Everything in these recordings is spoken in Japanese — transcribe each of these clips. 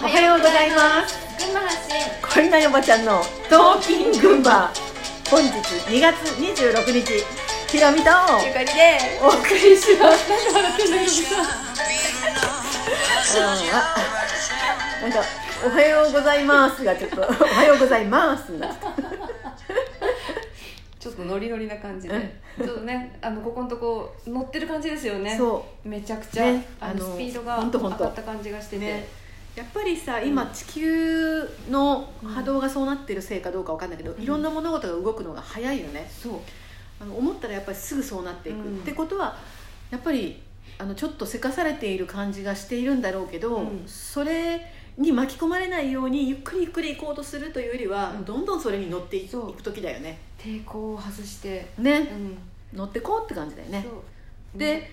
おはようございます。 群馬発信こりないおばちゃんのトーキン群馬。本日2月26日、ひろみとゆかりでお送りします。 なんで笑ってんのよなんかおはようございますがちょっとおはようございますになっちゃった。 ちょっとノリノリな感じで、ちょっとね、ここのとこ乗ってる感じですよね。 そうめちゃくちゃ、 ね、 スピードが上がった感じがしてて、 ね、やっぱりさ、今地球の波動がそうなってるせいかどうかわかんないけど、いろんな物事が動くのが早いよね。 そう思ったらやっぱりすぐそうなっていく、ってことはやっぱりちょっとせかされている感じがしているんだろうけど、それに巻き込まれないようにゆっくりゆっくり行こうとするというよりは、どんどんそれに乗っていく時だよね。 抵抗を外してね、乗ってこうって感じだよね。で、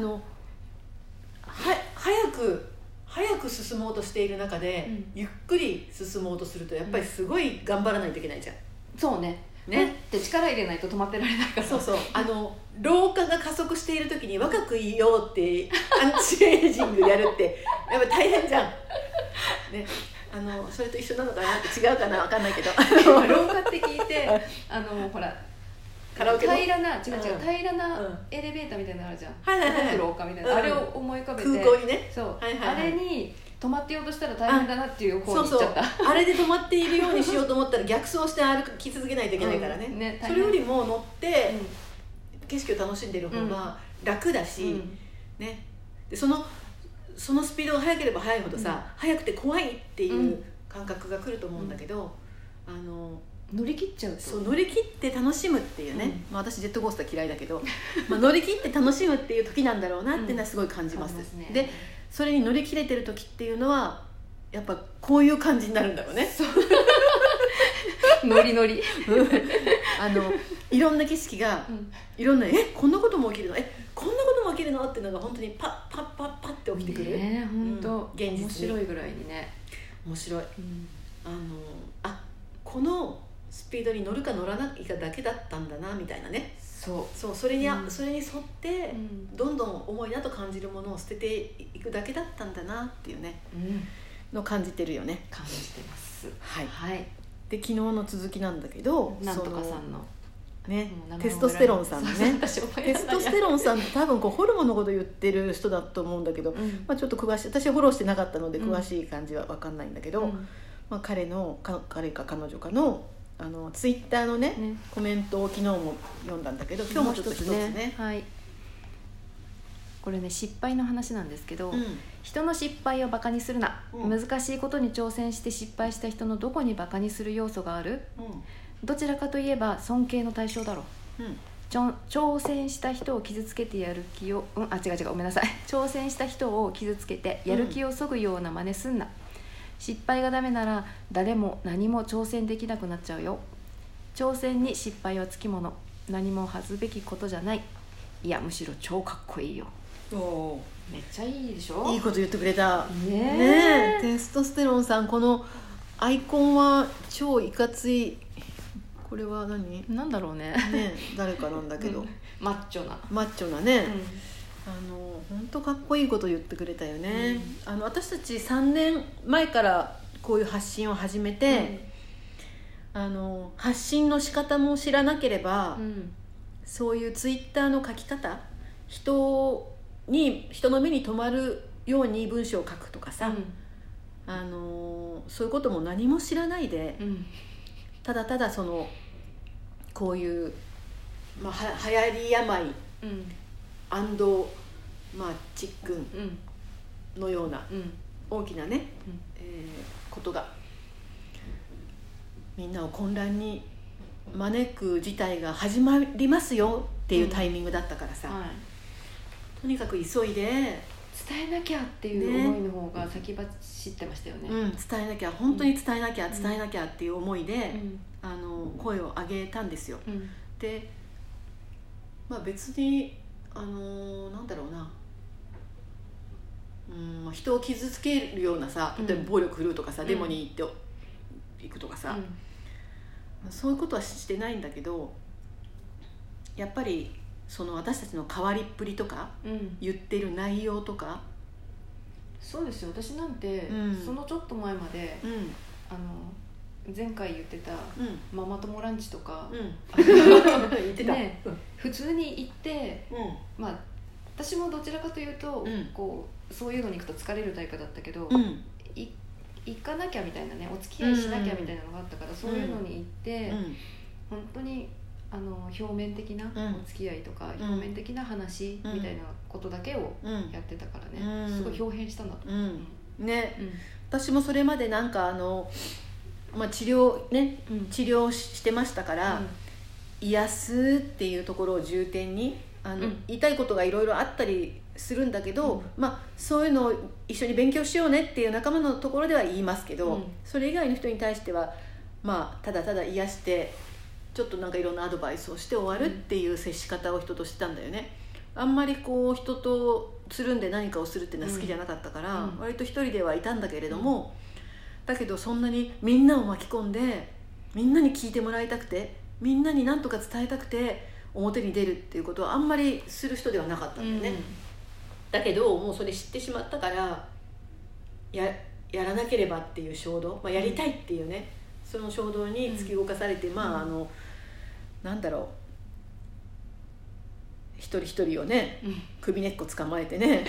早く進もうとしている中で、ゆっくり進もうとするとやっぱりすごい頑張らないといけないじゃん。 そうね。って力入れないと止まってられないから。 そうそう、老化が加速している時に若くいようってアンチエイジングやるってやっぱり大変じゃんね。それと一緒なのかなって違うかな分かんないけど老化って聞いてほらカラオケの平らな平らなエレベーターみたいなのあるじゃん。廊下みたいな、あれを思い浮かべて、 空港にね、 そう、あれに止まってようとしたら大変だなっていう方に行っちゃった。 そうそう、あれで止まっているようにしようと思ったら逆走して歩き続けないといけないからね。それよりも乗って景色を楽しんでる方が楽だし、ね、でそのスピードが速ければ速いほどさ、速くて怖いっていう感覚が来ると思うんだけど、 乗り切っちゃうと、 そう、乗り切って楽しむっていうね、私ジェットコースター嫌いだけど乗り切って楽しむっていう時なんだろうなっていうのはすごい感じます。でそれに乗り切れてる時っていうのはやっぱこういう感じになるんだろうね。 ノリノリいろんな景色が、いろんなこんなことも起きるの、こんなことも起きるのっていうのが本当にパッパッパッパッって起きてくる。 ね、本当、 現実に面白いぐらいにね。 面白い。このスピードに乗るか乗らないかだけだったんだなみたいなね。それに沿って、どんどん重いなと感じるものを捨てていくだけだったんだなっていうね、の感じてるよね。 感じてます。 はい。で昨日の続きなんだけど、 なんとかさんのね、テストステロンさんのね、テストステロンさんって多分ホルモンのこと言ってる人だと思うんだけど、ちょっと詳しい、私はフォローしてなかったので詳しい感じは分かんないんだけど、彼か彼女かのツイッターのねコメントを昨日も読んだんだけど、今日もちょっと一つね、 これね、失敗の話なんですけど、人の失敗をバカにするな、難しいことに挑戦して失敗した人のどこにバカにする要素がある、どちらかといえば尊敬の対象だろう、挑戦した人を傷つけてやる気を、ごめんなさい挑戦した人を傷つけてやる気をそぐような真似すんな、失敗がダメなら誰も何も挑戦できなくなっちゃうよ。挑戦に失敗はつきもの、何も恥ずべきことじゃない。いや、むしろ超かっこいいよ。めっちゃいいでしょ。 いいこと言ってくれたね。テストステロンさん、このアイコンは超いかつい。これはなんだろうね。 誰かなんだけど、 マッチョなね、本当かっこいいこと言ってくれたよね。私たち3年前からこういう発信を始めて、発信の仕方も知らなければ、そういうツイッターの書き方、人の目に留まるように文章を書くとかさ、そういうことも何も知らないで、ただただこういう、流行り病、ちっくんのような大きなね、ことがみんなを混乱に招く事態が始まりますよっていうタイミングだったからさ、とにかく急いで伝えなきゃっていう思いの方が先走ってましたよね。 伝えなきゃ、本当に伝えなきゃっていう思いで、声を上げたんですよ。で、別になんだろうな、人を傷つけるようなさ、例えば暴力振るうとかさ、デモに行くとかさ、そういうことはしてないんだけど、やっぱり私たちの変わりっぷりとか、言ってる内容とか、 そうですよ。私なんて、そのちょっと前まで、前回言ってたママ友ランチとか、 言ってた、 ね、普通に行って、まあ私もどちらかというと、こうそういうのに行くと疲れるタイプだったけど、行かなきゃみたいなね、お付き合いしなきゃみたいなのがあったから、そういうのに行って、本当に表面的なお付き合いとか、表面的な話みたいなことだけをやってたからね、すごい表変したんだと思う、 ね、私もそれまでなんか治療してましたから、癒すっていうところを重点に言いたいことがいろいろあったりするんだけど、そういうのを一緒に勉強しようねっていう仲間のところでは言いますけど、それ以外の人に対してはただただ癒してちょっとなんかいろんなアドバイスをして終わるっていう接し方を人としてたんだよね。あんまりこう人とつるんで何かをするっていうのは好きじゃなかったから、割と一人ではいたんだけれども、だけどそんなにみんなを巻き込んでみんなに聞いてもらいたくて、みんなに何とか伝えたくて表に出るっていうことはあんまりする人ではなかったんだよね、だけどもうそれ知ってしまったからやらなければっていう衝動、やりたいっていうね、その衝動に突き動かされて、なんだろう、一人一人をね、首根っこ捕まえてね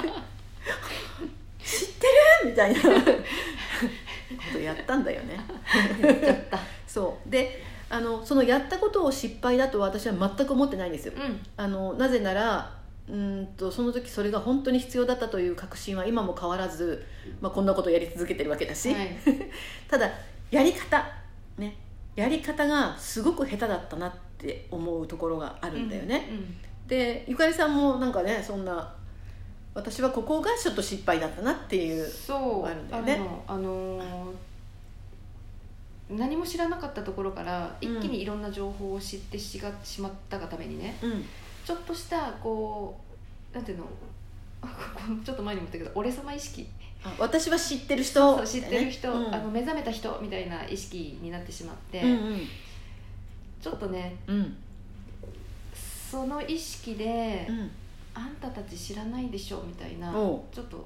知ってるみたいなことやったんだよねやっちゃったそうでそのやったことを失敗だと私は全く思ってないんですよ、なぜならその時それが本当に必要だったという確信は今も変わらず、こんなことをやり続けてるわけだし、ただやり方がすごく下手だったなって思うところがあるんだよね、でゆかりさんもなんかね、そんな私はここがちょっと失敗だったなっていうのがあるんだよね。 何も知らなかったところから一気にいろんな情報を知ってしまったがためにね、ちょっとしたこうなんていうのちょっと前にも言ったけど俺様意識、 私は知ってる人、 そう知ってる人、目覚めた人みたいな意識になってしまって、ちょっとね、その意識で、あんたたち知らないでしょみたいな、ちょっと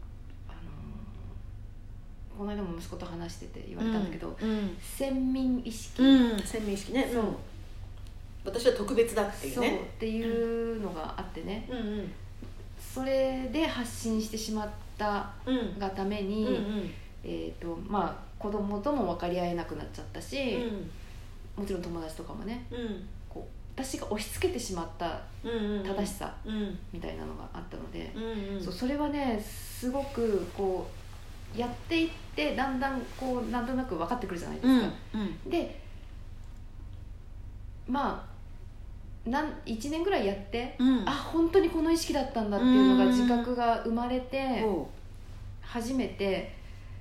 この間も息子と話してて言われたんだけど、先民意識、 先民意識ね、私は特別だっていうね、 そうっていうのがあってね、それで発信してしまったがために、子供とも分かり合えなくなっちゃったし、もちろん友達とかもね、こう私が押し付けてしまった正しさみたいなのがあったので、それはねすごくこうやっていってだんだんこうなんとなく分かってくるじゃないですか、で1年ぐらいやって、本当にこの意識だったんだっていうのが自覚が生まれて、初めて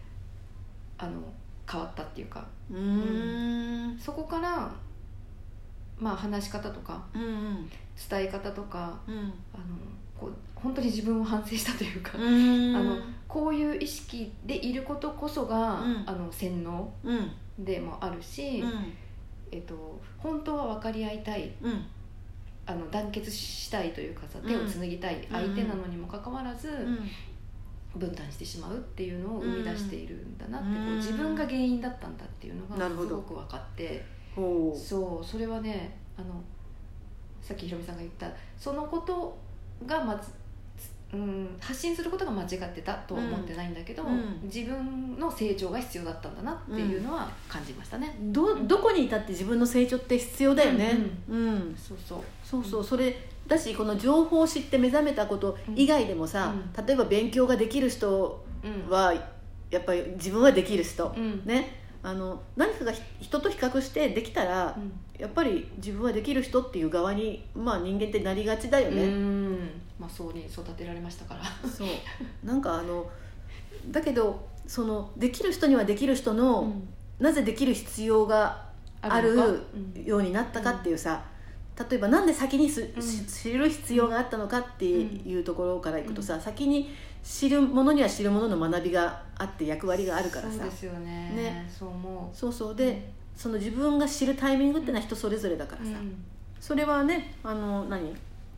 変わったっていうか、そこから話し方とか、伝え方とか、こう本当に自分を反省したというか、こういう意識でいることこそが、洗脳でもあるし、本当は分かり合いたい、団結したいというかさ、手をつなぎたい相手なのにもかかわらず、分担してしまうっていうのを生み出しているんだなって、こう自分が原因だったんだっていうのがすごく分かって、それはね、さっきひろみさんが言ったそのことが発信することが間違ってたとは思ってないんだけど、自分の成長が必要だったんだなっていうのは感じましたね。 どこにいたって自分の成長って必要だよね。そうそれだし、この情報を知って目覚めたこと以外でもさ、例えば勉強ができる人は、やっぱり自分はできる人、ね、何かが人と比較してできたら、やっぱり自分はできる人っていう側に、人間ってなりがちだよね。 そうに育てられましたからそうなんかだけどそのできる人にはできる人の、なぜできる必要があるようになったかっていうさ、例えばなんで先に知る必要があったのかっていうところからいくとさ、先に知るものには知るものの学びがあって役割があるからさ。 そうですよね。そう思う。 そうで、その自分が知るタイミングってのは人それぞれだからさ、それはね、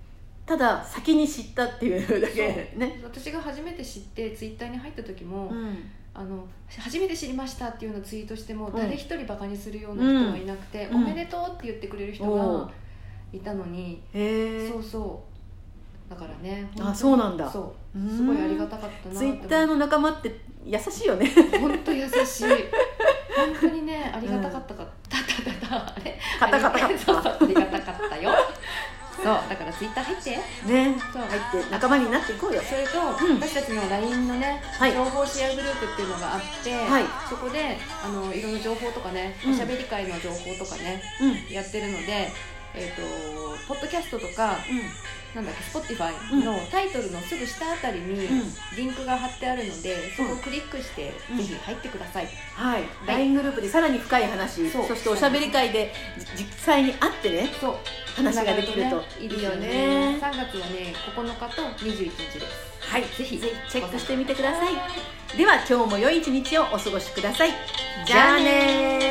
ただ先に知ったっていうだけね。 私が初めて知ってツイッターに入った時も、初めて知りましたっていうのをツイートしても、誰一人バカにするような人はいなくて、おめでとうって言ってくれる人がいたのに、そうそうだからね、 あ、そうなんだ。 そうすごいありがたかったなって。 ツイッターの仲間って優しいよね。 本当優しい。本当にね、ありがたかったかったあれカタカタカタそうありがたかったよ。そうだからツイッター入ってね、 そう入って仲間になっていこうよ。 それと、私たちの LINE のね、情報シェアグループっていうのがあって、そこでいろんな情報とかね、おしゃべり会の情報とかね、やってるので、ポッドキャストとか、なんだっけ、Spotify のタイトルのすぐ下あたりにリンクが貼ってあるので、そこをクリックしてぜひ入ってください。 はい、LINE グループでさらに深い話、そしておしゃべり会で実際に会ってね、話ができるといいよね。 3月はね、9日と21日です。 はい、ぜひチェックしてみてください。では今日も良い一日をお過ごしください。じゃあねー。